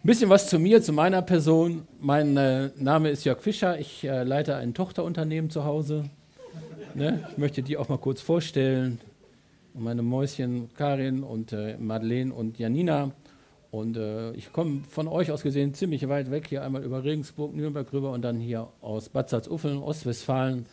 Ein bisschen was zu mir, zu meiner Person. Mein Name ist Jörg Fischer. Ich leite ein Tochterunternehmen zu Hause. Ne? Ich möchte die auch mal kurz vorstellen. Und meine Mäuschen Karin und Madeleine und Janina. Und ich komme von euch aus gesehen ziemlich weit weg, hier einmal über Regensburg, Nürnberg rüber und dann hier aus Bad Salzuflen, Ostwestfalen.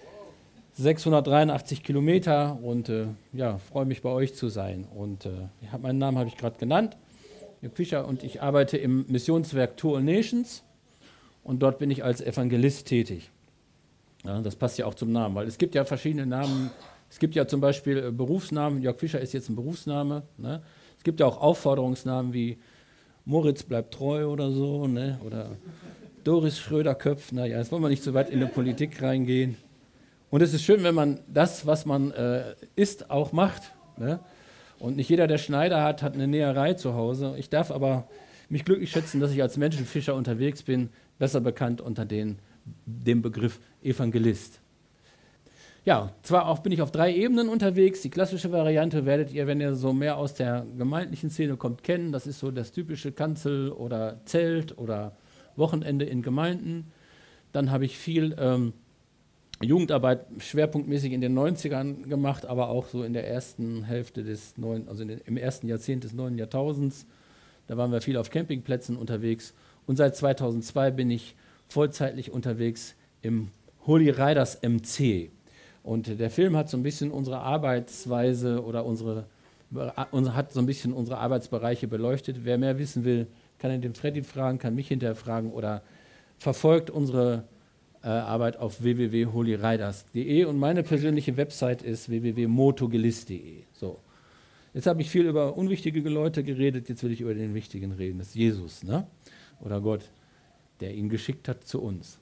683 Kilometer und ja, freue mich bei euch zu sein. Und meinen Namen habe ich gerade genannt. Jörg Fischer, und ich arbeite im Missionswerk Two All Nations und dort bin ich als Evangelist tätig. Ja, das passt ja auch zum Namen, weil es gibt ja verschiedene Namen. Es gibt ja zum Beispiel Berufsnamen, Jörg Fischer ist jetzt ein Berufsname. Ne? Es gibt ja auch Aufforderungsnamen wie Moritz bleibt treu oder so, ne? Oder Doris Schröder-Köpf. Naja, jetzt wollen wir nicht so weit in die Politik reingehen. Und es ist schön, wenn man das, was man ist, auch macht. Ne? Und nicht jeder, der Schneider hat, hat eine Näherei zu Hause. Ich darf aber mich glücklich schätzen, dass ich als Menschenfischer unterwegs bin, besser bekannt unter dem Begriff Evangelist. Ja, zwar auch bin ich auf 3 Ebenen unterwegs. Die klassische Variante werdet ihr, wenn ihr so mehr aus der gemeindlichen Szene kommt, kennen. Das ist so das typische Kanzel oder Zelt oder Wochenende in Gemeinden. Dann habe ich viel Jugendarbeit schwerpunktmäßig in den 90ern gemacht, aber auch so in der ersten Hälfte des im ersten Jahrzehnt des 9. Jahrtausends. Da waren wir viel auf Campingplätzen unterwegs. Und seit 2002 bin ich vollzeitlich unterwegs im Holy Riders MC. Und der Film hat so ein bisschen unsere Arbeitsweise oder hat so ein bisschen unsere Arbeitsbereiche beleuchtet. Wer mehr wissen will, kann den Freddy fragen, kann mich hinterher fragen oder verfolgt unsere Arbeit auf www.holyriders.de und meine persönliche Website ist www.motogelist.de. So. Jetzt habe ich viel über unwichtige Leute geredet, jetzt will ich über den Wichtigen reden, das ist Jesus, ne? Oder Gott, der ihn geschickt hat zu uns.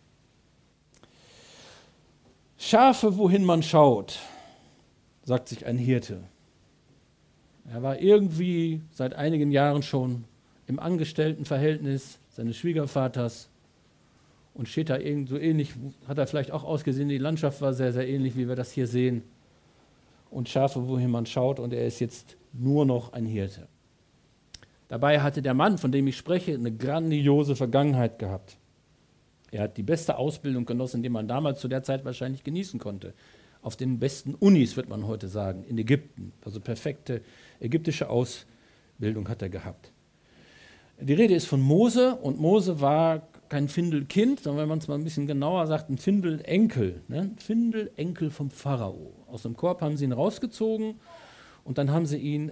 Schafe, wohin man schaut, sagt sich ein Hirte. Er war irgendwie seit einigen Jahren schon im Angestelltenverhältnis seines Schwiegervaters und steht da irgend so ähnlich, hat er vielleicht auch ausgesehen, die Landschaft war sehr, sehr ähnlich, wie wir das hier sehen. Und Schafe, wohin man schaut, und er ist jetzt nur noch ein Hirte. Dabei hatte der Mann, von dem ich spreche, eine grandiose Vergangenheit gehabt. Er hat die beste Ausbildung genossen, die man damals zu der Zeit wahrscheinlich genießen konnte. Auf den besten Unis, wird man heute sagen, in Ägypten. Also perfekte ägyptische Ausbildung hat er gehabt. Die Rede ist von Mose, und Mose war kein Findelkind, sondern wenn man es mal ein bisschen genauer sagt, ein Findelenkel. Ne? Ein Findelenkel vom Pharao. Aus dem Korb haben sie ihn rausgezogen und dann haben sie ihn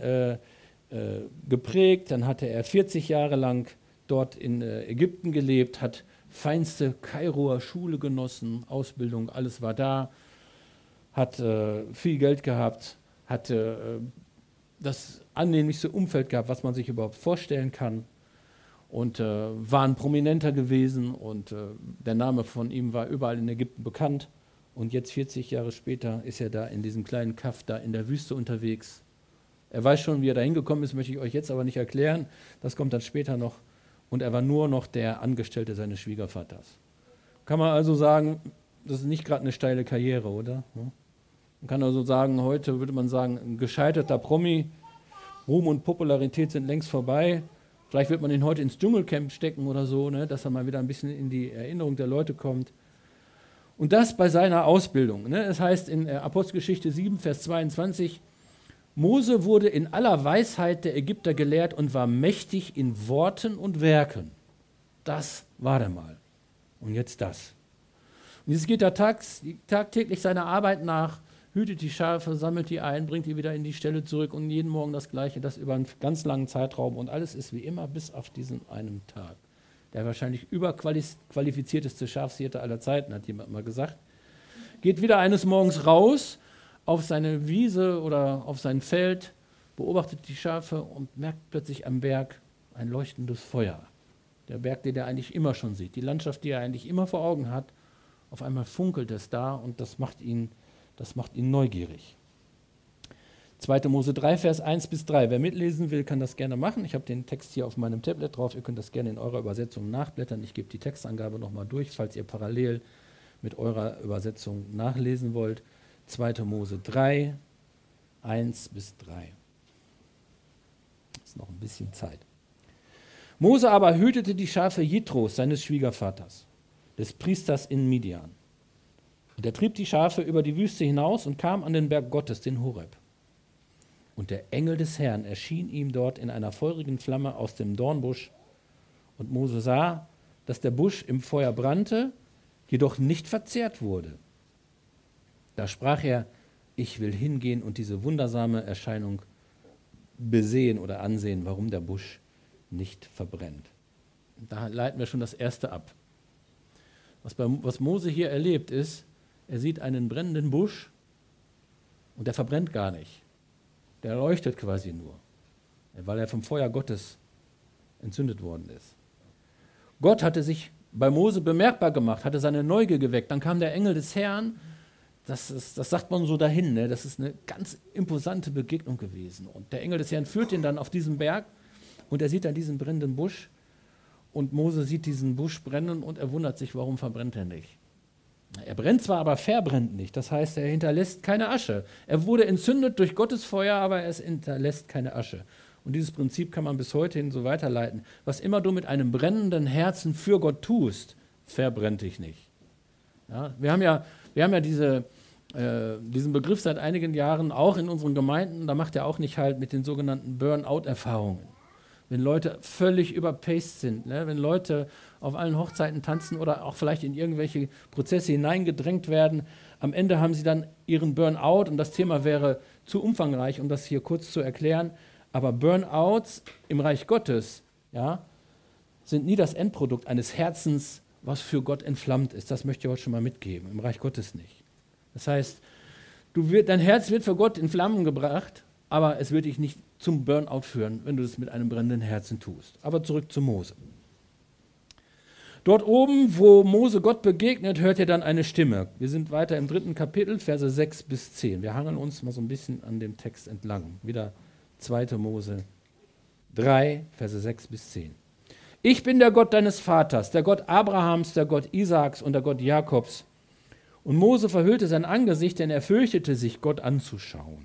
geprägt. Dann hatte er 40 Jahre lang dort in Ägypten gelebt, hat feinste Kairoer Schule genossen, Ausbildung, alles war da, hat viel Geld gehabt, hatte das annehmlichste Umfeld gehabt, was man sich überhaupt vorstellen kann. Und war ein Prominenter gewesen und der Name von ihm war überall in Ägypten bekannt. Und jetzt 40 Jahre später ist er da in diesem kleinen Kaff da in der Wüste unterwegs. Er weiß schon, wie er da hingekommen ist, möchte ich euch jetzt aber nicht erklären. Das kommt dann später noch. Und er war nur noch der Angestellte seines Schwiegervaters. Kann man also sagen, das ist nicht gerade eine steile Karriere, oder? Man kann also sagen, heute würde man sagen, ein gescheiterter Promi, Ruhm und Popularität sind längst vorbei. Vielleicht wird man ihn heute ins Dschungelcamp stecken oder so, ne, dass er mal wieder ein bisschen in die Erinnerung der Leute kommt. Und das bei seiner Ausbildung. Ne? Das heißt in Apostelgeschichte 7, Vers 22, Mose wurde in aller Weisheit der Ägypter gelehrt und war mächtig in Worten und Werken. Das war der mal. Und jetzt das. Und jetzt geht er tagtäglich seiner Arbeit nach, hütet die Schafe, sammelt die ein, bringt die wieder in die Ställe zurück und jeden Morgen das Gleiche, das über einen ganz langen Zeitraum und alles ist wie immer bis auf diesen einen Tag. Der wahrscheinlich überqualifizierteste Schafshirte aller Zeiten, hat jemand mal gesagt. Geht wieder eines Morgens raus auf seine Wiese oder auf sein Feld, beobachtet die Schafe und merkt plötzlich am Berg ein leuchtendes Feuer. Der Berg, den er eigentlich immer schon sieht, die Landschaft, die er eigentlich immer vor Augen hat, auf einmal funkelt es da und das macht ihn neugierig. 2. Mose 3, Vers 1 bis 3. Wer mitlesen will, kann das gerne machen. Ich habe den Text hier auf meinem Tablet drauf. Ihr könnt das gerne in eurer Übersetzung nachblättern. Ich gebe die Textangabe nochmal durch, falls ihr parallel mit eurer Übersetzung nachlesen wollt. 2. Mose 3, 1 bis 3. Ist noch ein bisschen Zeit. Mose aber hütete die Schafe Jitros, seines Schwiegervaters, des Priesters in Midian. Und er trieb die Schafe über die Wüste hinaus und kam an den Berg Gottes, den Horeb. Und der Engel des Herrn erschien ihm dort in einer feurigen Flamme aus dem Dornbusch. Und Mose sah, dass der Busch im Feuer brannte, jedoch nicht verzehrt wurde. Da sprach er: Ich will hingehen und diese wundersame Erscheinung besehen oder ansehen, warum der Busch nicht verbrennt. Da leiten wir schon das Erste ab. Was Mose hier erlebt ist, er sieht einen brennenden Busch und der verbrennt gar nicht. Der leuchtet quasi nur, weil er vom Feuer Gottes entzündet worden ist. Gott hatte sich bei Mose bemerkbar gemacht, hatte seine Neugier geweckt. Dann kam der Engel des Herrn. Das sagt man so dahin, ne? Das ist eine ganz imposante Begegnung gewesen. Und der Engel des Herrn führt ihn dann auf diesen Berg und er sieht dann diesen brennenden Busch. Und Mose sieht diesen Busch brennen und er wundert sich, warum verbrennt er nicht. Er brennt zwar, aber verbrennt nicht. Das heißt, er hinterlässt keine Asche. Er wurde entzündet durch Gottes Feuer, aber es hinterlässt keine Asche. Und dieses Prinzip kann man bis heute hin so weiterleiten. Was immer du mit einem brennenden Herzen für Gott tust, verbrennt dich nicht. Ja, wir haben ja diesen Begriff seit einigen Jahren auch in unseren Gemeinden. Da macht er auch nicht halt mit den sogenannten Burnout-Erfahrungen. Wenn Leute völlig überpaced sind, ne? Wenn Leute auf allen Hochzeiten tanzen oder auch vielleicht in irgendwelche Prozesse hineingedrängt werden, am Ende haben sie dann ihren Burnout und das Thema wäre zu umfangreich, um das hier kurz zu erklären. Aber Burnouts im Reich Gottes, ja, sind nie das Endprodukt eines Herzens, was für Gott entflammt ist. Das möchte ich heute schon mal mitgeben, im Reich Gottes nicht. Das heißt, dein Herz wird für Gott in Flammen gebracht, aber es wird dich nicht zum Burnout führen, wenn du das mit einem brennenden Herzen tust. Aber zurück zu Mose. Dort oben, wo Mose Gott begegnet, hört er dann eine Stimme. Wir sind weiter im 3. Kapitel, Verse 6 bis 10. Wir hangeln uns mal so ein bisschen an dem Text entlang. Wieder 2. Mose 3, Verse 6 bis 10. Ich bin der Gott deines Vaters, der Gott Abrahams, der Gott Isaaks und der Gott Jakobs. Und Mose verhüllte sein Angesicht, denn er fürchtete sich, Gott anzuschauen.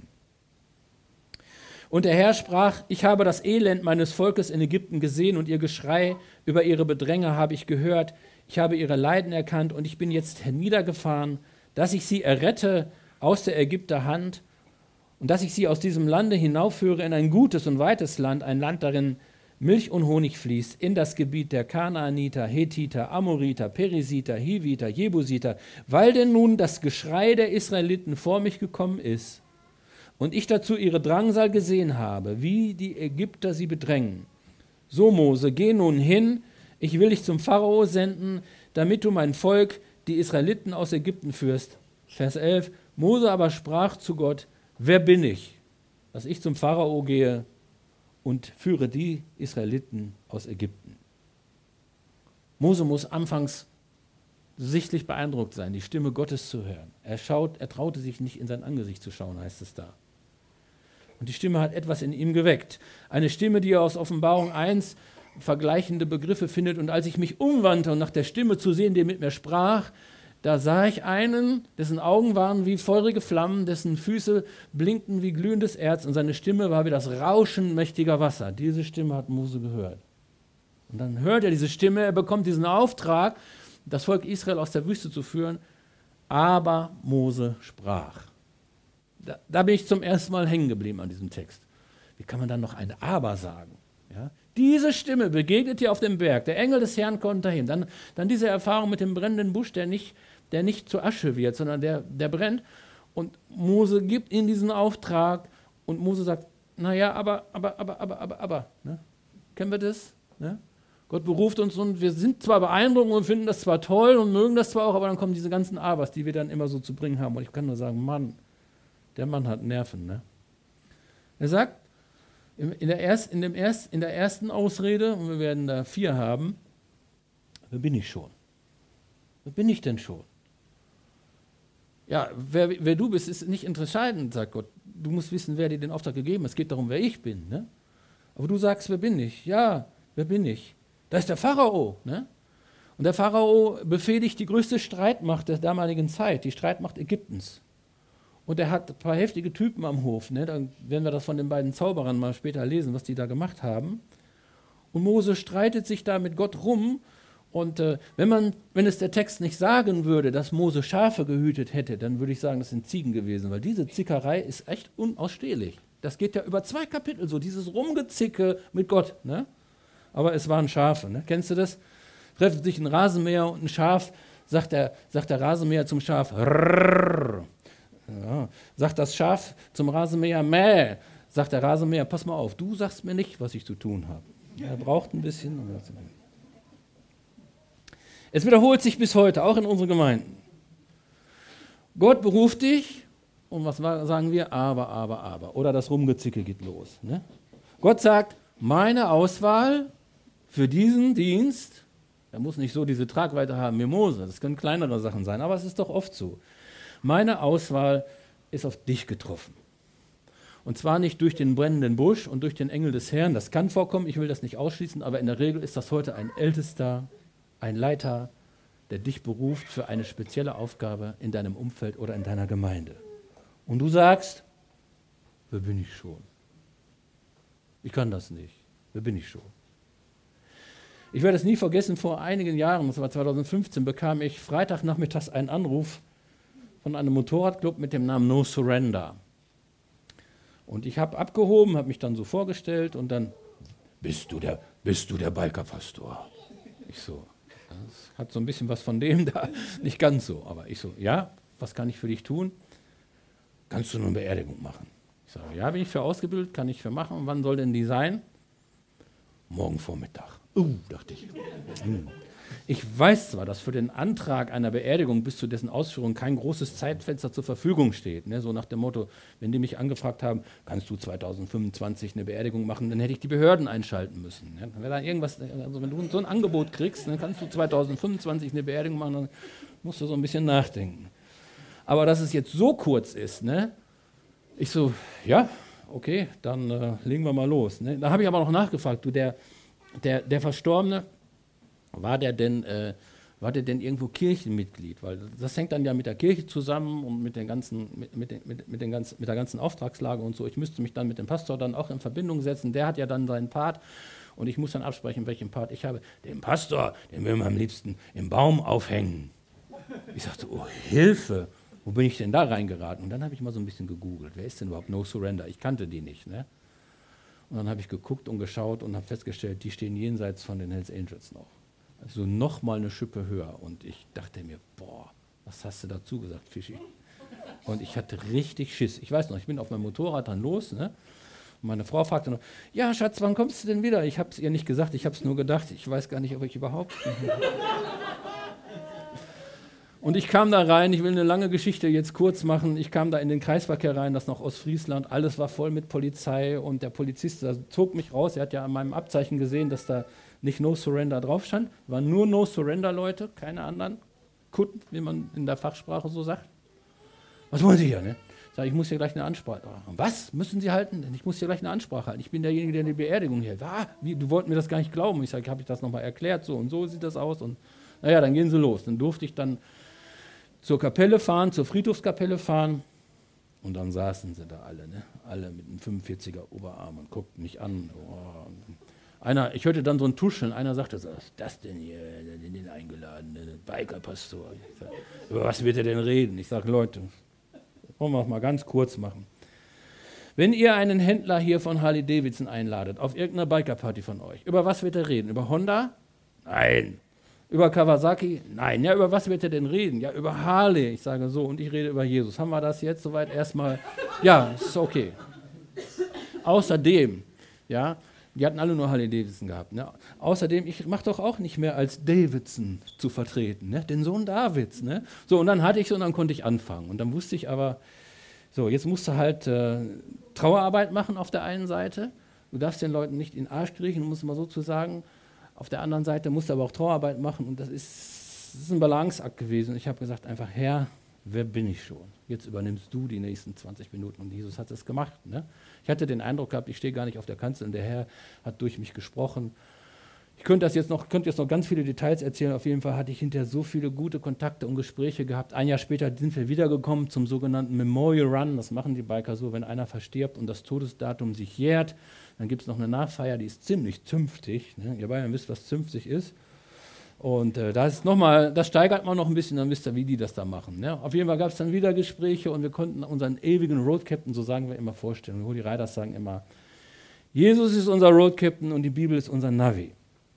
Und der Herr sprach: Ich habe das Elend meines Volkes in Ägypten gesehen und ihr Geschrei über ihre Bedränge habe ich gehört. Ich habe ihre Leiden erkannt und ich bin jetzt herniedergefahren, dass ich sie errette aus der Ägypter Hand und dass ich sie aus diesem Lande hinaufführe in ein gutes und weites Land, ein Land, darin Milch und Honig fließt, in das Gebiet der Kanaaniter, Hethiter, Amoriter, Perisiter, Hiviter, Jebusiter, weil denn nun das Geschrei der Israeliten vor mich gekommen ist und ich dazu ihre Drangsal gesehen habe, wie die Ägypter sie bedrängen. So, Mose, geh nun hin, ich will dich zum Pharao senden, damit du mein Volk, die Israeliten aus Ägypten führst. Vers 11, Mose aber sprach zu Gott: Wer bin ich, dass ich zum Pharao gehe und führe die Israeliten aus Ägypten? Mose muss anfangs sichtlich beeindruckt sein, die Stimme Gottes zu hören. Er traute sich nicht in sein Angesicht zu schauen, heißt es da. Und die Stimme hat etwas in ihm geweckt. Eine Stimme, die er aus Offenbarung 1 vergleichende Begriffe findet. Und als ich mich umwandte, um nach der Stimme zu sehen, die mit mir sprach, da sah ich einen, dessen Augen waren wie feurige Flammen, dessen Füße blinkten wie glühendes Erz und seine Stimme war wie das Rauschen mächtiger Wasser. Diese Stimme hat Mose gehört. Und dann hört er diese Stimme, er bekommt diesen Auftrag, das Volk Israel aus der Wüste zu führen. Aber Mose sprach. Da bin ich zum ersten Mal hängen geblieben an diesem Text. Wie kann man dann noch ein Aber sagen? Ja? Diese Stimme begegnet dir auf dem Berg. Der Engel des Herrn kommt dahin. Dann diese Erfahrung mit dem brennenden Busch, der nicht zur Asche wird, sondern der brennt. Und Mose gibt ihm diesen Auftrag und Mose sagt: Naja, aber. Ne? Kennen wir das? Ne? Gott beruft uns und wir sind zwar beeindruckt und finden das zwar toll und mögen das zwar auch, aber dann kommen diese ganzen Abers, die wir dann immer so zu bringen haben. Und ich kann nur sagen: Mann, der Mann hat Nerven. Ne? Er sagt in der ersten Ausrede, und wir werden da 4 haben: Wer bin ich schon? Wer bin ich denn schon? Ja, wer du bist, ist nicht entscheidend, sagt Gott. Du musst wissen, wer dir den Auftrag gegeben hat. Es geht darum, wer ich bin. Ne? Aber du sagst: Wer bin ich? Ja, wer bin ich? Da ist der Pharao. Ne? Und der Pharao befehligt die größte Streitmacht der damaligen Zeit, die Streitmacht Ägyptens. Und er hat ein paar heftige Typen am Hof. Ne? Dann werden wir das von den beiden Zauberern mal später lesen, was die da gemacht haben. Und Mose streitet sich da mit Gott rum. Und wenn es der Text nicht sagen würde, dass Mose Schafe gehütet hätte, dann würde ich sagen, das sind Ziegen gewesen, weil diese Zickerei ist echt unausstehlich. Das geht ja über 2 Kapitel so, dieses Rumgezicke mit Gott. Ne? Aber es waren Schafe, ne? Kennst du das? Treffen sich ein Rasenmäher und ein Schaf, sagt der Rasenmäher zum Schaf, rrrr. Ja. Sagt das Schaf zum Rasenmäher, mäh. Sagt der Rasenmäher, pass mal auf, du sagst mir nicht, was ich zu tun habe. Er braucht ein bisschen. Es wiederholt sich bis heute, auch in unseren Gemeinden. Gott beruft dich und was sagen wir? Aber. Oder das Rumgezicke geht los. Ne? Gott sagt, meine Auswahl für diesen Dienst, er muss nicht so diese Tragweite haben wie Mose, das können kleinere Sachen sein, aber es ist doch oft so. Meine Auswahl ist auf dich getroffen. Und zwar nicht durch den brennenden Busch und durch den Engel des Herrn, das kann vorkommen, ich will das nicht ausschließen, aber in der Regel ist das heute ein Ältester, ein Leiter, der dich beruft für eine spezielle Aufgabe in deinem Umfeld oder in deiner Gemeinde. Und du sagst, wer bin ich schon? Ich kann das nicht. Wer bin ich schon? Ich werde es nie vergessen, vor einigen Jahren, das war 2015, bekam ich Freitagnachmittags einen Anruf von einem Motorradclub mit dem Namen No Surrender. Und ich habe abgehoben, habe mich dann so vorgestellt und dann, bist du der Bikerpastor? Ich so, das hat so ein bisschen was von dem da, nicht ganz so. Aber ich so, ja, was kann ich für dich tun? Kannst du nur eine Beerdigung machen? Ich sage, ja, bin ich für ausgebildet, kann ich für machen. Und wann soll denn die sein? Morgen Vormittag. Dachte ich. Ich weiß zwar, dass für den Antrag einer Beerdigung bis zu dessen Ausführung kein großes Zeitfenster zur Verfügung steht. Ne? So nach dem Motto, wenn die mich angefragt haben, kannst du 2025 eine Beerdigung machen, dann hätte ich die Behörden einschalten müssen. Ne? Dann wäre da irgendwas, also wenn du so ein Angebot kriegst, dann kannst du 2025 eine Beerdigung machen, dann musst du so ein bisschen nachdenken. Aber dass es jetzt so kurz ist, ne? Ich so, ja, okay, dann legen wir mal los. Ne? Da habe ich aber noch nachgefragt, du, der Verstorbene, war der denn irgendwo Kirchenmitglied? Weil das hängt dann ja mit der Kirche zusammen und mit der ganzen Auftragslage und so. Ich müsste mich dann mit dem Pastor dann auch in Verbindung setzen. Der hat ja dann seinen Part und ich muss dann absprechen, welchen Part ich habe. Den Pastor, den will man am liebsten im Baum aufhängen. Ich sagte, oh Hilfe, wo bin ich denn da reingeraten? Und dann habe ich mal so ein bisschen gegoogelt. Wer ist denn überhaupt No Surrender? Ich kannte die nicht. Ne? Und dann habe ich geguckt und geschaut und habe festgestellt, die stehen jenseits von den Hells Angels noch. Also noch mal eine Schippe höher. Und ich dachte mir, boah, was hast du dazu gesagt, Fischi? Und ich hatte richtig Schiss. Ich weiß noch, ich bin auf meinem Motorrad dann los. Ne? Und meine Frau fragte noch, ja Schatz, wann kommst du denn wieder? Ich habe es ihr nicht gesagt, ich habe es nur gedacht. Ich weiß gar nicht, ob ich überhaupt... Und ich kam da rein, ich will eine lange Geschichte jetzt kurz machen, ich kam da in den Kreisverkehr rein, das noch Ostfriesland, alles war voll mit Polizei und der Polizist zog mich raus, er hat ja an meinem Abzeichen gesehen, dass da nicht No Surrender drauf stand, waren nur No Surrender Leute, keine anderen Kutten, wie man in der Fachsprache so sagt. Was wollen Sie hier, ne? Ich sage, ich muss hier gleich eine Ansprache machen. Was müssen Sie halten? Ich muss hier gleich eine Ansprache halten. Ich bin derjenige, der die Beerdigung hier. Du wolltest mir das gar nicht glauben. Ich sage, habe ich das nochmal erklärt, so und so sieht das aus. Und naja, dann gehen Sie los. Dann durfte ich dann zur Kapelle fahren, zur Friedhofskapelle fahren und dann saßen sie da alle, ne? Alle mit einem 45er Oberarm und guckten mich an. Oh. Ich hörte dann so ein Tuscheln, einer sagte, was ist das denn hier, den eingeladen, der Bikerpastor? Über was wird er denn reden? Ich sage, Leute, wollen wir es mal ganz kurz machen. Wenn ihr einen Händler hier von Harley Davidson einladet, auf irgendeiner Bikerparty von euch, über was wird er reden? Über Honda? Nein. Über Kawasaki? Nein. Ja, über was wird er denn reden? Ja, über Harley. Ich sage so, und ich rede über Jesus. Haben wir das jetzt soweit erstmal? Ja, ist okay. Außerdem, ja, die hatten alle nur Harley Davidson gehabt. Ne? Außerdem, ich mache doch auch nicht mehr als Davidson zu vertreten, ne? Den Sohn Davids. Ne? So, und dann hatte ich so, und dann konnte ich anfangen. Und dann wusste ich aber, so, jetzt musst du halt Trauerarbeit machen auf der einen Seite. Du darfst den Leuten nicht in den Arsch kriechen, muss man so zu sagen. Auf der anderen Seite musst du aber auch Trauerarbeit machen und das ist ein Balanceakt gewesen. Ich habe gesagt einfach, Herr, wer bin ich schon? Jetzt übernimmst du die nächsten 20 Minuten und Jesus hat es gemacht. Ne? Ich hatte den Eindruck gehabt, ich stehe gar nicht auf der Kanzel und der Herr hat durch mich gesprochen. Ich könnte jetzt noch ganz viele Details erzählen. Auf jeden Fall hatte ich hinterher so viele gute Kontakte und Gespräche gehabt. Ein Jahr später sind wir wiedergekommen zum sogenannten Memorial Run. Das machen die Biker so, wenn einer verstirbt und das Todesdatum sich jährt. Dann gibt es noch eine Nachfeier, die ist ziemlich zünftig. Ne? Ihr Bayern wisst, was zünftig ist. Und das steigert man noch ein bisschen, dann wisst ihr, wie die das da machen. Ne? Auf jeden Fall gab es dann wieder Gespräche und wir konnten unseren ewigen Road Captain, so sagen wir immer, vorstellen. Die Holy Riders sagen immer, Jesus ist unser Road Captain und die Bibel ist unser Navi.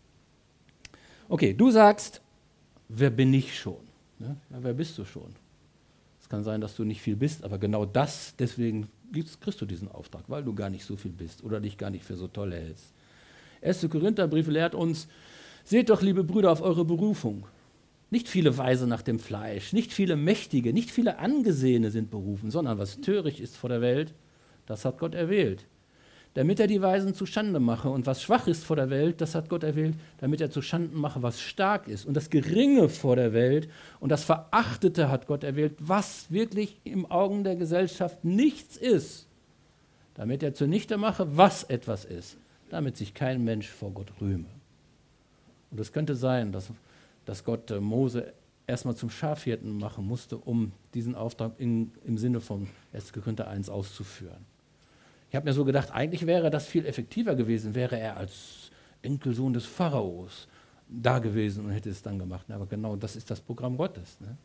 Okay, du sagst, wer bin ich schon? Ne? Ja, wer bist du schon? Es kann sein, dass du nicht viel bist, aber genau deswegen kriegst du diesen Auftrag, weil du gar nicht so viel bist oder dich gar nicht für so toll hältst. 1. Korintherbrief lehrt uns, seht doch, liebe Brüder, auf eure Berufung. Nicht viele Weise nach dem Fleisch, nicht viele Mächtige, nicht viele Angesehene sind berufen, sondern was töricht ist vor der Welt, das hat Gott erwählt, damit er die Weisen zu Schande mache. Und was schwach ist vor der Welt, das hat Gott erwählt, damit er zu Schanden mache, was stark ist. Und das Geringe vor der Welt und das Verachtete hat Gott erwählt, was wirklich im Augen der Gesellschaft nichts ist, damit er zunichte mache, was etwas ist, damit sich kein Mensch vor Gott rühme. Und es könnte sein, dass Gott Mose erstmal zum Schafhirten machen musste, um diesen Auftrag im Sinne von 1. Korinther 1 auszuführen. Ich habe mir so gedacht, eigentlich wäre das viel effektiver gewesen, wäre er als Enkelsohn des Pharaos da gewesen und hätte es dann gemacht. Aber genau das ist das Programm Gottes. Ne?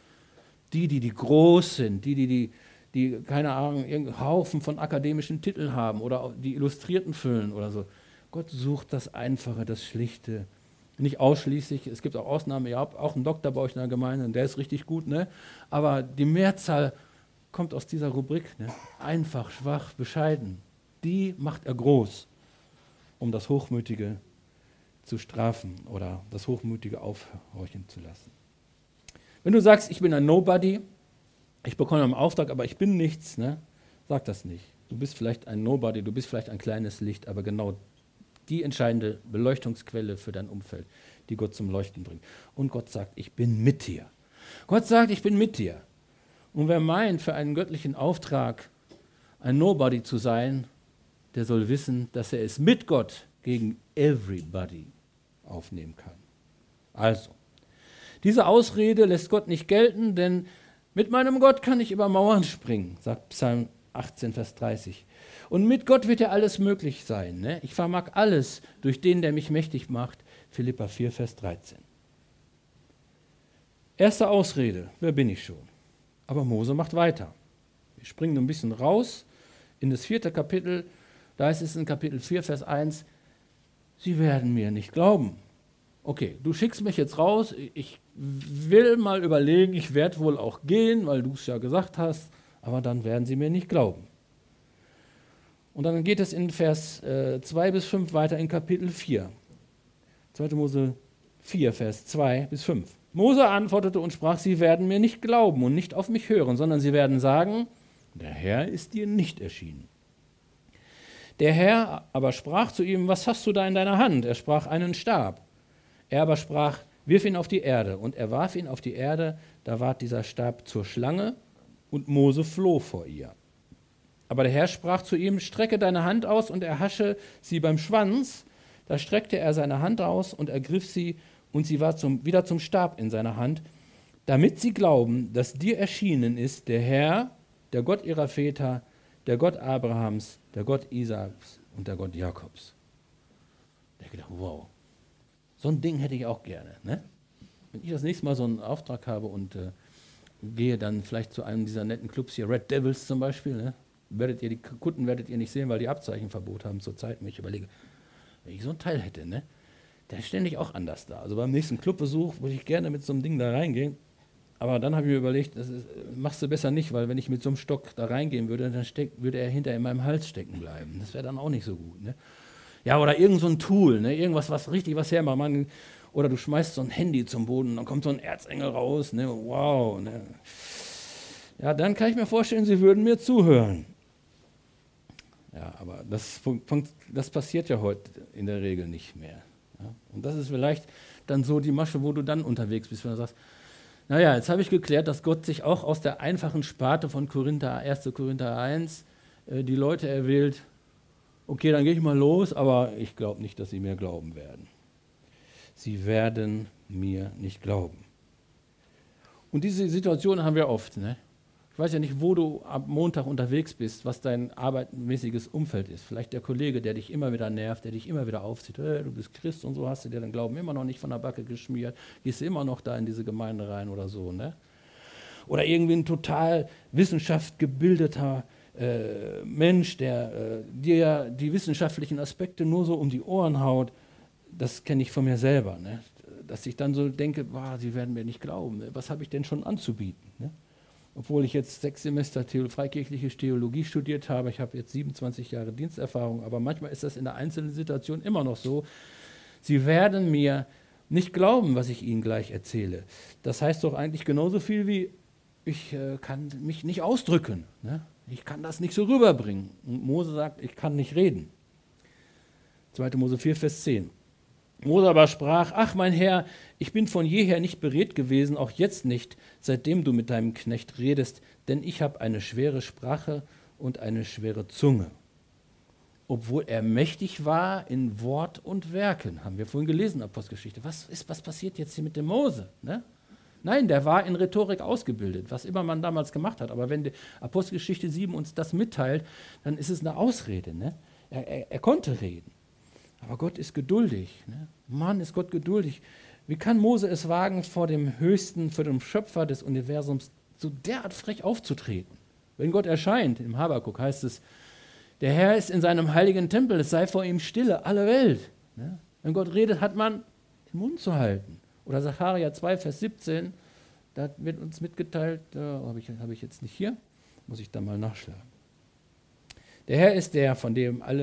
Die groß sind, die keine Ahnung, irgendeinen Haufen von akademischen Titeln haben oder die Illustrierten füllen oder so. Gott sucht das Einfache, das Schlichte. Nicht ausschließlich, es gibt auch Ausnahmen, ihr habt auch einen Doktor bei euch in der Gemeinde und der ist richtig gut, ne? Aber die Mehrzahl kommt aus dieser Rubrik, ne? Einfach, schwach, bescheiden. Die macht er groß, um das Hochmütige zu strafen oder das Hochmütige aufhorchen zu lassen. Wenn du sagst, ich bin ein Nobody, ich bekomme einen Auftrag, aber ich bin nichts, ne? Sag das nicht. Du bist vielleicht ein Nobody, du bist vielleicht ein kleines Licht, aber genau die entscheidende Beleuchtungsquelle für dein Umfeld, die Gott zum Leuchten bringt. Und Gott sagt, ich bin mit dir. Gott sagt, ich bin mit dir. Und wer meint, für einen göttlichen Auftrag ein Nobody zu sein, der soll wissen, dass er es mit Gott gegen everybody aufnehmen kann. Also, diese Ausrede lässt Gott nicht gelten, denn mit meinem Gott kann ich über Mauern springen, sagt Psalm 18, Vers 30. Und mit Gott wird ja alles möglich sein. Ne? Ich vermag alles durch den, der mich mächtig macht. Philipper 4, Vers 13. Erste Ausrede, wer bin ich schon? Aber Mose macht weiter. Wir springen ein bisschen raus in das 4. Kapitel. Da heißt es in Kapitel 4, Vers 1, sie werden mir nicht glauben. Okay, du schickst mich jetzt raus. Ich will mal überlegen, ich werde wohl auch gehen, weil du es ja gesagt hast, aber dann werden sie mir nicht glauben. Und dann geht es in Vers 2 bis 5 weiter in Kapitel 4. 2. Mose 4, Vers 2 bis 5. Mose antwortete und sprach, sie werden mir nicht glauben und nicht auf mich hören, sondern sie werden sagen, der Herr ist dir nicht erschienen. Der Herr aber sprach zu ihm, was hast du da in deiner Hand? Er sprach, einen Stab. Er aber sprach, wirf ihn auf die Erde. Und er warf ihn auf die Erde, da ward dieser Stab zur Schlange und Mose floh vor ihr. Aber der Herr sprach zu ihm, strecke deine Hand aus und erhasche sie beim Schwanz. Da streckte er seine Hand aus und ergriff sie und sie war wieder zum Stab in seiner Hand, damit sie glauben, dass dir erschienen ist der Herr, der Gott ihrer Väter, der Gott Abrahams, der Gott Isaaks und der Gott Jakobs. Da habe ich gedacht, wow, so ein Ding hätte ich auch gerne. Ne? Wenn ich das nächste Mal so einen Auftrag habe und gehe dann vielleicht zu einem dieser netten Clubs hier, Red Devils zum Beispiel, ne? Die Kunden werdet ihr nicht sehen, weil die Abzeichenverbot haben zurzeit. Und ich überlege, wenn ich so ein Teil hätte, ne, der ist ständig auch anders da. Also beim nächsten Clubbesuch würde ich gerne mit so einem Ding da reingehen. Aber dann habe ich mir überlegt, machst du besser nicht, weil wenn ich mit so einem Stock da reingehen würde, dann würde er hinter in meinem Hals stecken bleiben. Das wäre dann auch nicht so gut. Ne? Ja, oder irgend so ein Tool, ne? Irgendwas, was richtig was hermacht. Oder du schmeißt so ein Handy zum Boden, dann kommt so ein Erzengel raus. Ne? Wow. Ne? Ja, dann kann ich mir vorstellen, sie würden mir zuhören. Ja, aber das passiert ja heute in der Regel nicht mehr. Ja? Und das ist vielleicht dann so die Masche, wo du dann unterwegs bist, wenn du sagst, naja, jetzt habe ich geklärt, dass Gott sich auch aus der einfachen Sparte von 1. Korinther 1 die Leute erwählt. Okay, dann gehe ich mal los, aber ich glaube nicht, dass sie mir glauben werden. sie werden mir nicht glauben. Und diese Situation haben wir oft. Ne? Ich weiß ja nicht, wo du am Montag unterwegs bist, was dein arbeitsmäßiges Umfeld ist. Vielleicht der Kollege, der dich immer wieder nervt, der dich immer wieder aufzieht. Hey, du bist Christ und so, hast du dir den Glauben immer noch nicht von der Backe geschmiert, gehst du immer noch da in diese Gemeinde rein oder so. Ne? Oder irgendwie ein total wissenschaftgebildeter Mensch, der dir die wissenschaftlichen Aspekte nur so um die Ohren haut. Das kenne ich von mir selber. Ne? Dass ich dann so denke, sie werden mir nicht glauben. Ne? Was habe ich denn schon anzubieten? Ne? Obwohl ich jetzt 6 Semester freikirchliche Theologie studiert habe, ich habe jetzt 27 Jahre Diensterfahrung, aber manchmal ist das in der einzelnen Situation immer noch so, sie werden mir nicht glauben, was ich ihnen gleich erzähle. Das heißt doch eigentlich genauso viel wie, ich kann mich nicht ausdrücken. Ne? Ich kann das nicht so rüberbringen. Und Mose sagt, ich kann nicht reden. 2. Mose 4, Vers 10. Mose aber sprach, ach mein Herr, ich bin von jeher nicht beredt gewesen, auch jetzt nicht, seitdem du mit deinem Knecht redest, denn ich habe eine schwere Sprache und eine schwere Zunge. Obwohl er mächtig war in Wort und Werken, haben wir vorhin gelesen, Apostelgeschichte. Was passiert jetzt hier mit dem Mose? Ne? Nein, der war in Rhetorik ausgebildet, was immer man damals gemacht hat. Aber wenn die Apostelgeschichte 7 uns das mitteilt, dann ist es eine Ausrede. Ne? Er konnte reden. Aber Gott ist geduldig. Ne? Mann, ist Gott geduldig. Wie kann Mose es wagen, vor dem Höchsten, vor dem Schöpfer des Universums so derart frech aufzutreten? Wenn Gott erscheint, im Habakuk heißt es, der Herr ist in seinem heiligen Tempel, es sei vor ihm stille, alle Welt. Ne? Wenn Gott redet, hat man den Mund zu halten. Oder Sacharja 2, Vers 17, da wird uns mitgeteilt, habe ich jetzt nicht hier, muss ich da mal nachschlagen. Der Herr ist der, von dem alle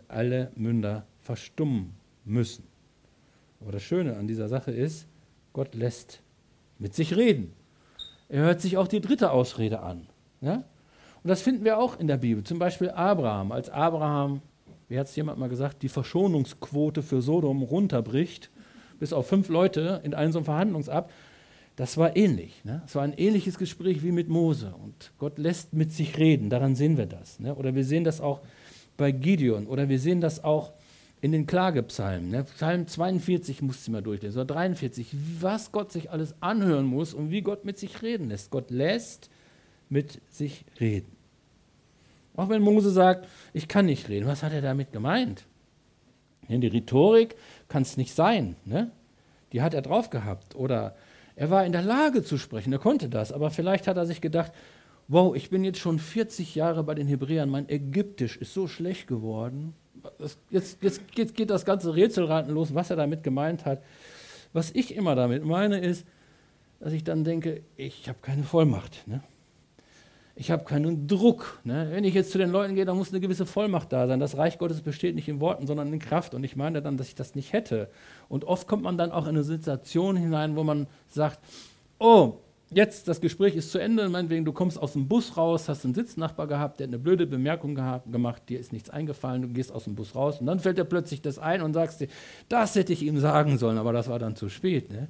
Münder verstummen müssen. Aber das Schöne an dieser Sache ist, Gott lässt mit sich reden. Er hört sich auch die dritte Ausrede an. Ja? Und das finden wir auch in der Bibel. Zum Beispiel Abraham. Als Abraham, wie hat es jemand mal gesagt, die Verschonungsquote für Sodom runterbricht, bis auf 5 Leute in einem so einem Verhandlungsakt, das war ähnlich. Ne? Es war ein ähnliches Gespräch wie mit Mose. Und Gott lässt mit sich reden, daran sehen wir das. Ne? Oder wir sehen das auch bei Gideon. Oder wir sehen das auch in den Klagepsalmen. Ne? Psalm 42 musst du mal durchlesen, oder 43, was Gott sich alles anhören muss und wie Gott mit sich reden lässt. Gott lässt mit sich reden. Auch wenn Mose sagt, ich kann nicht reden, was hat er damit gemeint? Ja, die Rhetorik kann es nicht sein. Ne? Die hat er drauf gehabt. Oder er war in der Lage zu sprechen, er konnte das, aber vielleicht hat er sich gedacht, wow, ich bin jetzt schon 40 Jahre bei den Hebräern, mein Ägyptisch ist so schlecht geworden. Jetzt geht das ganze Rätselraten los, was er damit gemeint hat. Was ich immer damit meine, ist, dass ich dann denke, ich habe keine Vollmacht. Ne? Ich habe keinen Druck. Ne? Wenn ich jetzt zu den Leuten gehe, dann muss eine gewisse Vollmacht da sein. Das Reich Gottes besteht nicht in Worten, sondern in Kraft. Und ich meine dann, dass ich das nicht hätte. Und oft kommt man dann auch in eine Situation hinein, wo man sagt, oh, jetzt, das Gespräch ist zu Ende, meinetwegen, du kommst aus dem Bus raus, hast einen Sitznachbar gehabt, der hat eine blöde Bemerkung gemacht, dir ist nichts eingefallen, du gehst aus dem Bus raus und dann fällt dir plötzlich das ein und sagst dir, das hätte ich ihm sagen sollen, aber das war dann zu spät. Ne?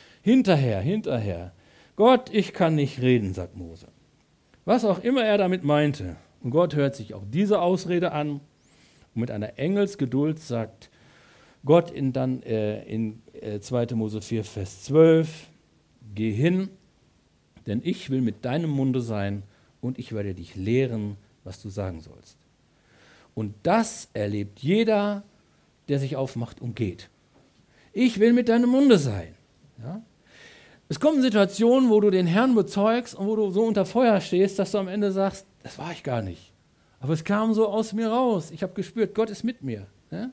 Hinterher. Gott, ich kann nicht reden, sagt Mose. Was auch immer er damit meinte. Und Gott hört sich auch diese Ausrede an und mit einer Engelsgeduld sagt Gott in 2. Mose 4, Vers 12, geh hin, denn ich will mit deinem Munde sein und ich werde dich lehren, was du sagen sollst. Und das erlebt jeder, der sich aufmacht und geht. Ich will mit deinem Munde sein. Ja? Es kommen Situationen, wo du den Herrn bezeugst und wo du so unter Feuer stehst, dass du am Ende sagst, das war ich gar nicht. Aber es kam so aus mir raus. Ich habe gespürt, Gott ist mit mir. Ja?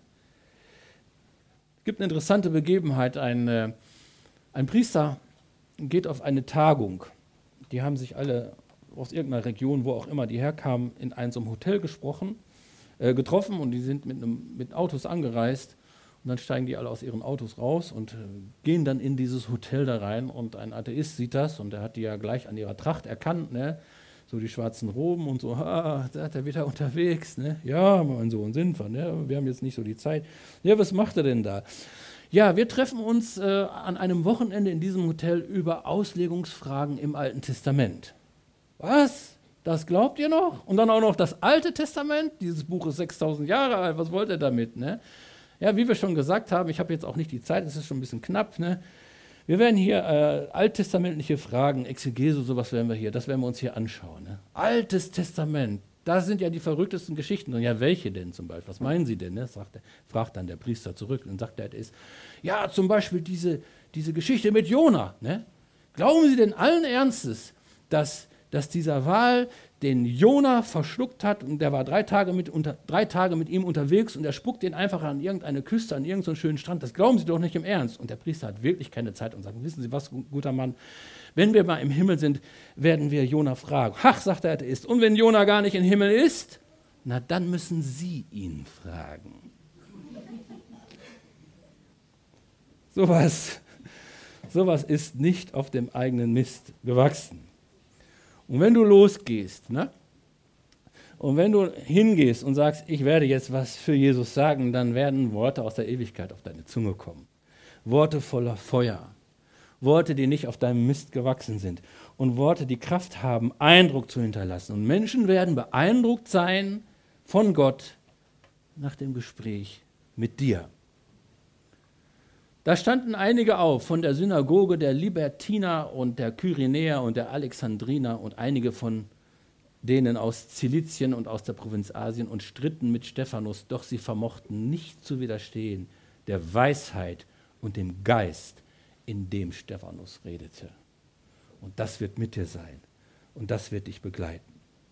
Es gibt eine interessante Begebenheit. Ein Priester geht auf eine Tagung. Die haben sich alle aus irgendeiner Region, wo auch immer die herkamen, in einem so einem Hotel getroffen und die sind mit Autos angereist. Und dann steigen die alle aus ihren Autos raus und gehen dann in dieses Hotel da rein. Und ein Atheist sieht das und der hat die ja gleich an ihrer Tracht erkannt, ne? So die schwarzen Roben und so, da ist er wieder unterwegs. Ne? Ja, mein Sohn, sind wir, ne? Wir haben jetzt nicht so die Zeit. Ja, was macht er denn da? Ja, wir treffen uns an einem Wochenende in diesem Hotel über Auslegungsfragen im Alten Testament. Was? Das glaubt ihr noch? Und dann auch noch das Alte Testament? Dieses Buch ist 6000 Jahre alt, was wollt ihr damit? Ne? Ja, wie wir schon gesagt haben, ich habe jetzt auch nicht die Zeit, es ist schon ein bisschen knapp. Ne? Wir werden hier alttestamentliche Fragen, Exegese, sowas werden wir hier, das werden wir uns hier anschauen. Ne? Altes Testament, da sind ja die verrücktesten Geschichten drin. Ja, welche denn zum Beispiel? Was meinen Sie denn? Ne? Fragt dann der Priester zurück und sagt er, ja, zum Beispiel diese Geschichte mit Jona. Ne? Glauben Sie denn allen Ernstes, dass dieser Wal den Jona verschluckt hat und der war 3 Tage mit ihm unterwegs und er spuckt ihn einfach an irgendeine Küste, an irgendeinen schönen Strand. Das glauben Sie doch nicht im Ernst. Und der Priester hat wirklich keine Zeit und sagt, wissen Sie was, guter Mann, wenn wir mal im Himmel sind, werden wir Jona fragen. Ach, sagt der Atheist, und wenn Jona gar nicht im Himmel ist, na dann müssen Sie ihn fragen. Sowas ist nicht auf dem eigenen Mist gewachsen. Und wenn du losgehst, ne? Und wenn du hingehst und sagst, ich werde jetzt was für Jesus sagen, dann werden Worte aus der Ewigkeit auf deine Zunge kommen. Worte voller Feuer. Worte, die nicht auf deinem Mist gewachsen sind. Und Worte, die Kraft haben, Eindruck zu hinterlassen. Und Menschen werden beeindruckt sein von Gott nach dem Gespräch mit dir. Da standen einige auf von der Synagoge der Libertiner und der Kyrenäer und der Alexandriner und einige von denen aus Zilizien und aus der Provinz Asien und stritten mit Stephanus, doch sie vermochten nicht zu widerstehen der Weisheit und dem Geist, in dem Stephanus redete. Und das wird mit dir sein und das wird dich begleiten.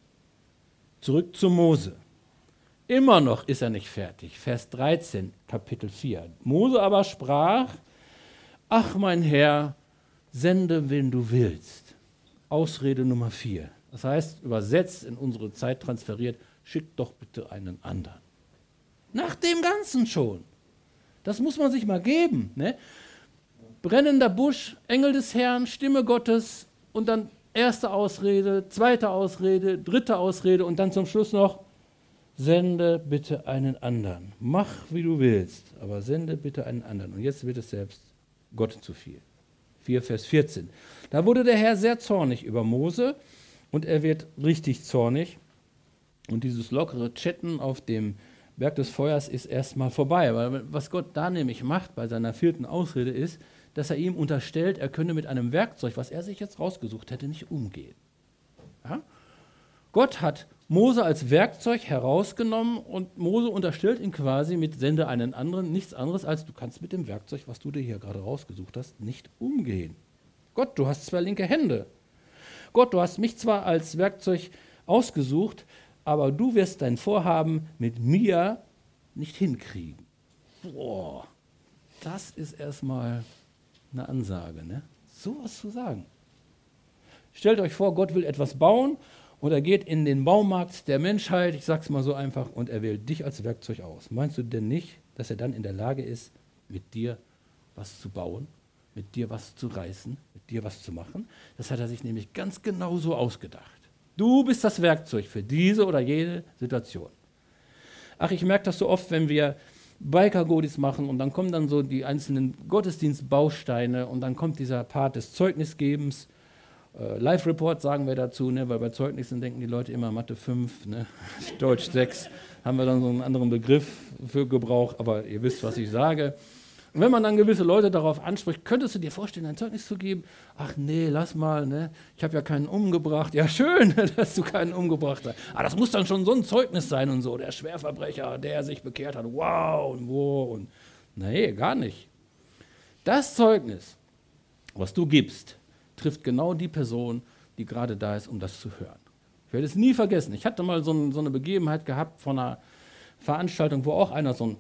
Zurück zu Mose. Immer noch ist er nicht fertig. Vers 13, Kapitel 4. Mose aber sprach, ach mein Herr, sende, wen du willst. Ausrede Nummer 4. Das heißt, übersetzt in unsere Zeit transferiert, schick doch bitte einen anderen. Nach dem Ganzen schon. Das muss man sich mal geben. Ne? Brennender Busch, Engel des Herrn, Stimme Gottes und dann erste Ausrede, zweite Ausrede, dritte Ausrede und dann zum Schluss noch, sende bitte einen anderen. Mach, wie du willst, aber sende bitte einen anderen. Und jetzt wird es selbst Gott zu viel. 4, Vers 14. Da wurde der Herr sehr zornig über Mose und er wird richtig zornig. Und dieses lockere Chatten auf dem Berg des Feuers ist erstmal vorbei. Weil was Gott da nämlich macht bei seiner 4. Ausrede ist, dass er ihm unterstellt, er könne mit einem Werkzeug, was er sich jetzt rausgesucht hätte, nicht umgehen. Ja? Gott hat Mose als Werkzeug herausgenommen und Mose unterstellt ihn quasi mit sende einen anderen, nichts anderes als du kannst mit dem Werkzeug, was du dir hier gerade rausgesucht hast, nicht umgehen. Gott, du hast 2 linke Hände. Gott, du hast mich zwar als Werkzeug ausgesucht, aber du wirst dein Vorhaben mit mir nicht hinkriegen. Boah, das ist erstmal eine Ansage, ne? So was zu sagen. Stellt euch vor, Gott will etwas bauen und er geht in den Baumarkt der Menschheit, ich sag's mal so einfach, und er wählt dich als Werkzeug aus. Meinst du denn nicht, dass er dann in der Lage ist, mit dir was zu bauen, mit dir was zu reißen, mit dir was zu machen? Das hat er sich nämlich ganz genau so ausgedacht. Du bist das Werkzeug für diese oder jene Situation. Ach, ich merke das so oft, wenn wir Biker-Godis machen und dann kommen dann so die einzelnen Gottesdienstbausteine und dann kommt dieser Part des Zeugnisgebens. Live-Report sagen wir dazu, ne, weil bei Zeugnissen denken die Leute immer Mathe 5, ne, Deutsch 6, haben wir dann so einen anderen Begriff für Gebrauch, aber ihr wisst, was ich sage. Und wenn man dann gewisse Leute darauf anspricht, könntest du dir vorstellen, ein Zeugnis zu geben? Ach nee, lass mal, ne? Ich habe ja keinen umgebracht. Ja, schön, dass du keinen umgebracht hast. Aber das muss dann schon so ein Zeugnis sein und so. Der Schwerverbrecher, der sich bekehrt hat, wow und wo. Und nee, gar nicht. Das Zeugnis, was du gibst, trifft genau die Person, die gerade da ist, um das zu hören. Ich werde es nie vergessen. Ich hatte mal so eine Begebenheit gehabt von einer Veranstaltung, wo auch einer so ein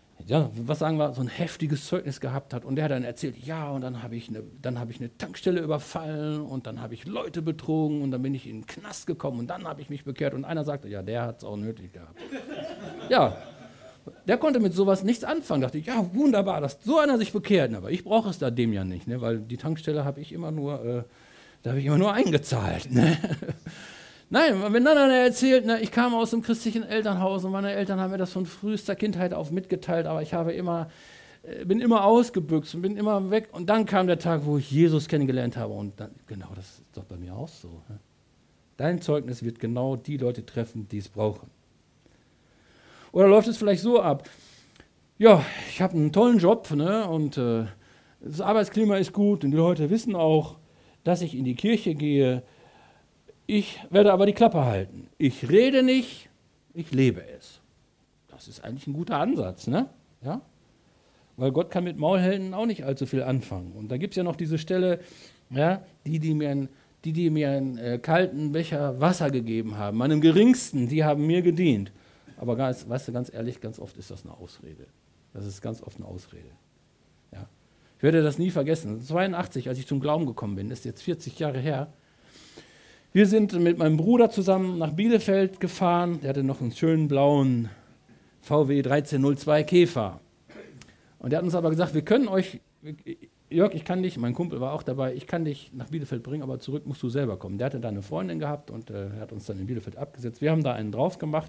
heftiges Zeugnis gehabt hat. Und der hat dann erzählt, ja, und dann habe ich eine Tankstelle überfallen und dann habe ich Leute betrogen und dann bin ich in den Knast gekommen und dann habe ich mich bekehrt. Und einer sagte, ja, der hat es auch nötig gehabt. Ja, der konnte mit sowas nichts anfangen. Dachte ich, ja, wunderbar, dass so einer sich bekehrt. Aber ich brauche es da dem ja nicht, ne? Weil die Tankstelle habe ich immer nur eingezahlt. Ne? Nein, wenn dann einer erzählt, ne, ich kam aus einem christlichen Elternhaus und meine Eltern haben mir das von frühester Kindheit auf mitgeteilt, aber ich bin immer ausgebüxt und bin immer weg. Und dann kam der Tag, wo ich Jesus kennengelernt habe. Und dann, genau, das ist doch bei mir auch so. Ne? Dein Zeugnis wird genau die Leute treffen, die es brauchen. Oder läuft es vielleicht so ab, ja, ich habe einen tollen Job, ne, und das Arbeitsklima ist gut und die Leute wissen auch, dass ich in die Kirche gehe. Ich werde aber die Klappe halten. Ich rede nicht, ich lebe es. Das ist eigentlich ein guter Ansatz, ne? Ja? Weil Gott kann mit Maulhelden auch nicht allzu viel anfangen. Und da gibt es ja noch diese Stelle, ja, die mir einen kalten Becher Wasser gegeben haben, meinem Geringsten, die haben mir gedient. Aber weißt du, ganz ehrlich, ganz oft ist das eine Ausrede. Das ist ganz oft eine Ausrede. Ja. Ich werde das nie vergessen. 82, als ich zum Glauben gekommen bin, ist jetzt 40 Jahre her. Wir sind mit meinem Bruder zusammen nach Bielefeld gefahren. Der hatte noch einen schönen blauen VW 1302 Käfer. Und der hat uns aber gesagt, wir können euch, Jörg, ich kann dich, mein Kumpel war auch dabei, ich kann dich nach Bielefeld bringen, aber zurück musst du selber kommen. Der hatte da eine Freundin gehabt und er hat uns dann in Bielefeld abgesetzt. Wir haben da einen drauf gemacht.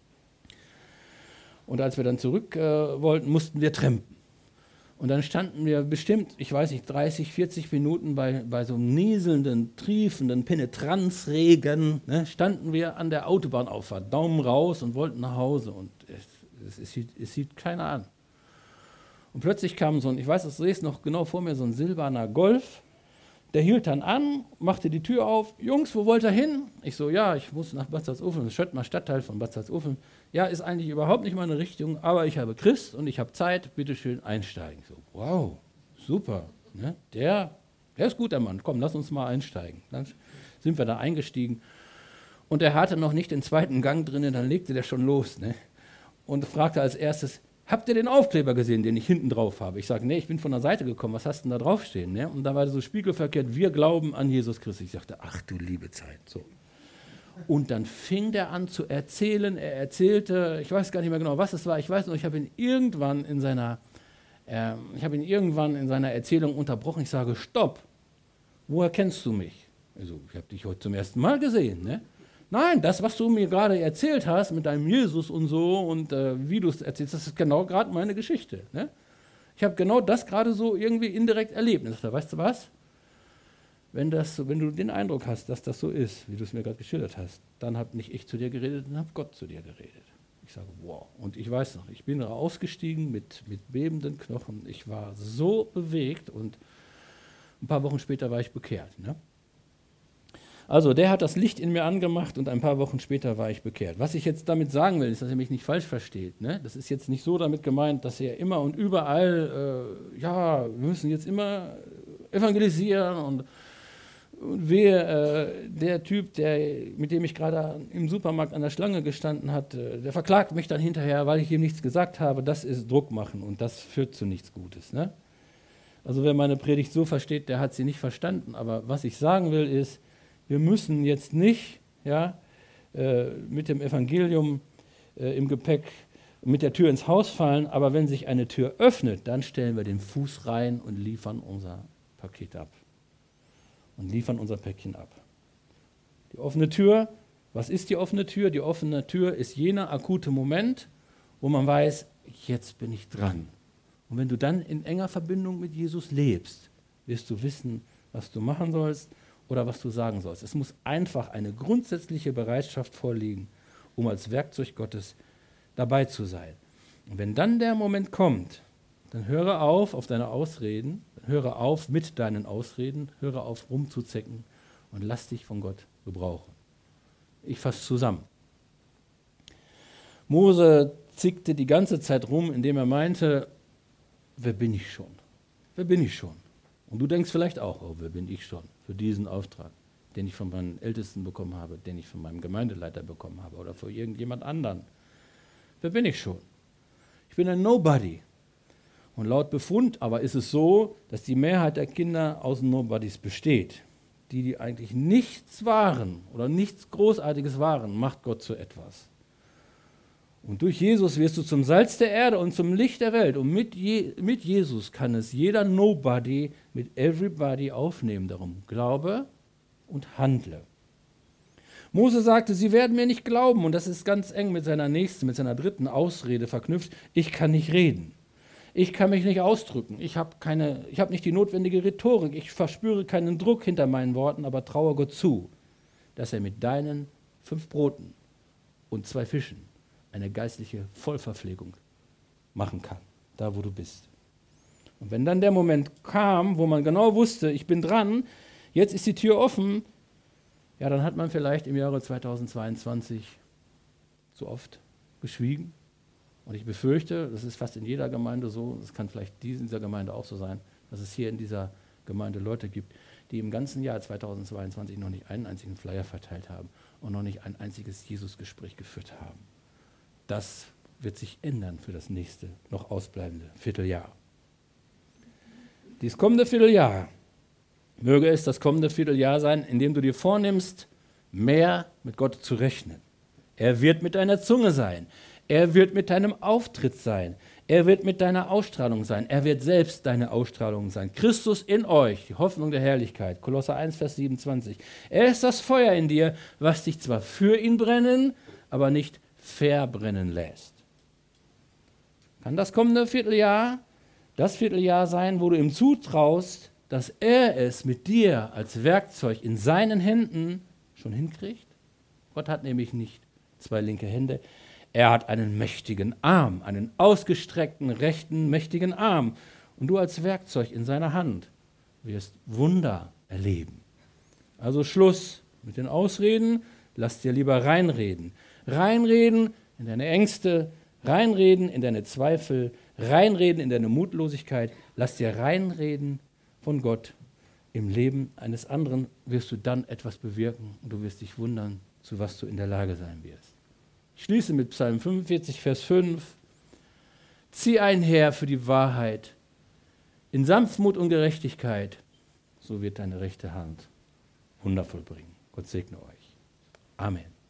Und als wir dann zurück wollten, mussten wir trampen. Und dann standen wir bestimmt, ich weiß nicht, 30, 40 Minuten bei so einem nieselnden, triefenden Penetranzregen, ne, standen wir an der Autobahnauffahrt, Daumen raus und wollten nach Hause. Und es sieht keiner an. Und plötzlich kam so ein, ich weiß, ich sehe es noch genau vor mir, so ein silberner Golf. Der hielt dann an, machte die Tür auf. Jungs, wo wollt ihr hin? Ich so, ja, ich muss nach Bad Salzuflen, das Schöttmer Stadtteil von Bad Salzuflen. Ja, ist eigentlich überhaupt nicht meine Richtung, aber ich habe Christ und ich habe Zeit, bitteschön einsteigen. So, wow, super. Ne? Der ist gut, der Mann. Komm, lass uns mal einsteigen. Dann sind wir da eingestiegen. Und er hatte noch nicht den zweiten Gang drin, dann legte der schon los. Ne? Und fragte als erstes, habt ihr den Aufkleber gesehen, den ich hinten drauf habe? Ich sage, nee, ich bin von der Seite gekommen, was hast du denn da draufstehen? Ne? Und da war so spiegelverkehrt, wir glauben an Jesus Christus. Ich sagte, ach du liebe Zeit. So. Und dann fing der an zu erzählen, er erzählte, ich weiß gar nicht mehr genau, was es war, ich weiß nur, ich habe ihn irgendwann in seiner Erzählung unterbrochen. Ich sage, stopp, woher kennst du mich? Also, ich habe dich heute zum ersten Mal gesehen, ne? Nein, das, was du mir gerade erzählt hast mit deinem Jesus und so und wie du es erzählst, das ist genau gerade meine Geschichte. Ne? Ich habe genau das gerade so irgendwie indirekt erlebt. Und ich dachte, weißt du was? Wenn du den Eindruck hast, dass das so ist, wie du es mir gerade geschildert hast, dann habe nicht ich zu dir geredet, dann habe Gott zu dir geredet. Ich sage, wow. Und ich weiß noch, ich bin ausgestiegen mit bebenden Knochen. Ich war so bewegt und ein paar Wochen später war ich bekehrt. Ne? Also der hat das Licht in mir angemacht und ein paar Wochen später war ich bekehrt. Was ich jetzt damit sagen will, ist, dass ihr mich nicht falsch versteht. Ne? Das ist jetzt nicht so damit gemeint, dass ihr immer und überall, wir müssen jetzt immer evangelisieren und wehe, der Typ, mit dem ich gerade im Supermarkt an der Schlange gestanden hat, der verklagt mich dann hinterher, weil ich ihm nichts gesagt habe. Das ist Druck machen und das führt zu nichts Gutes. Ne? Also wer meine Predigt so versteht, der hat sie nicht verstanden. Aber was ich sagen will ist, wir müssen jetzt nicht mit dem Evangelium im Gepäck mit der Tür ins Haus fallen, aber wenn sich eine Tür öffnet, dann stellen wir den Fuß rein und liefern unser Paket ab. Und liefern unser Päckchen ab. Die offene Tür, was ist die offene Tür? Die offene Tür ist jener akute Moment, wo man weiß, jetzt bin ich dran. Und wenn du dann in enger Verbindung mit Jesus lebst, wirst du wissen, was du machen sollst oder was du sagen sollst. Es muss einfach eine grundsätzliche Bereitschaft vorliegen, um als Werkzeug Gottes dabei zu sein. Und wenn dann der Moment kommt, dann höre auf deine Ausreden, höre auf mit deinen Ausreden, höre auf rumzuzecken und lass dich von Gott gebrauchen. Ich fasse zusammen. Mose zickte die ganze Zeit rum, indem er meinte, wer bin ich schon? Wer bin ich schon? Und du denkst vielleicht auch, oh, wer bin ich schon für diesen Auftrag, den ich von meinen Ältesten bekommen habe, den ich von meinem Gemeindeleiter bekommen habe oder von irgendjemand anderen. Wer bin ich schon? Ich bin ein Nobody. Und laut Befund aber ist es so, dass die Mehrheit der Kinder aus Nobodies besteht. Die eigentlich nichts waren oder nichts Großartiges waren, macht Gott zu etwas. Und durch Jesus wirst du zum Salz der Erde und zum Licht der Welt. Und mit Jesus kann es jeder Nobody mit Everybody aufnehmen. Darum glaube und handle. Mose sagte, sie werden mir nicht glauben. Und das ist ganz eng mit seiner dritten Ausrede verknüpft. Ich kann nicht reden. Ich kann mich nicht ausdrücken. Ich habe nicht die notwendige Rhetorik. Ich verspüre keinen Druck hinter meinen Worten, aber traue Gott zu, dass er mit deinen 5 Broten und 2 Fischen eine geistliche Vollverpflegung machen kann. da wo du bist. Und wenn dann der Moment kam, wo man genau wusste, ich bin dran, jetzt ist die Tür offen, ja, dann hat man vielleicht im Jahre 2022 so oft geschwiegen. Und ich befürchte, das ist fast in jeder Gemeinde so, das kann vielleicht in dieser Gemeinde auch so sein, dass es hier in dieser Gemeinde Leute gibt, die im ganzen Jahr 2022 noch nicht einen einzigen Flyer verteilt haben und noch nicht ein einziges Jesusgespräch geführt haben. Das wird sich ändern für das nächste, noch ausbleibende Vierteljahr. Dieses kommende Vierteljahr, möge es das kommende Vierteljahr sein, in dem du dir vornimmst, mehr mit Gott zu rechnen. Er wird mit deiner Zunge sein. Er wird mit deinem Auftritt sein. Er wird mit deiner Ausstrahlung sein. Er wird selbst deine Ausstrahlung sein. Christus in euch, die Hoffnung der Herrlichkeit. Kolosser 1, Vers 27. Er ist das Feuer in dir, was dich zwar für ihn brennen, aber nicht verbrennen lässt. Kann das kommende Vierteljahr das Vierteljahr sein, wo du ihm zutraust, dass er es mit dir als Werkzeug in seinen Händen schon hinkriegt? Gott hat nämlich nicht zwei linke Hände. Er hat einen mächtigen Arm, einen ausgestreckten, rechten, mächtigen Arm. Und du als Werkzeug in seiner Hand wirst Wunder erleben. Also Schluss mit den Ausreden, lass dir lieber reinreden. Reinreden in deine Ängste, reinreden in deine Zweifel, reinreden in deine Mutlosigkeit. Lass dir reinreden von Gott. Im Leben eines anderen wirst du dann etwas bewirken und du wirst dich wundern, zu was du in der Lage sein wirst. Ich schließe mit Psalm 45, Vers 5. Zieh ein Heer für die Wahrheit. In Sanftmut und Gerechtigkeit, so wird deine rechte Hand Wunder vollbringen. Gott segne euch. Amen.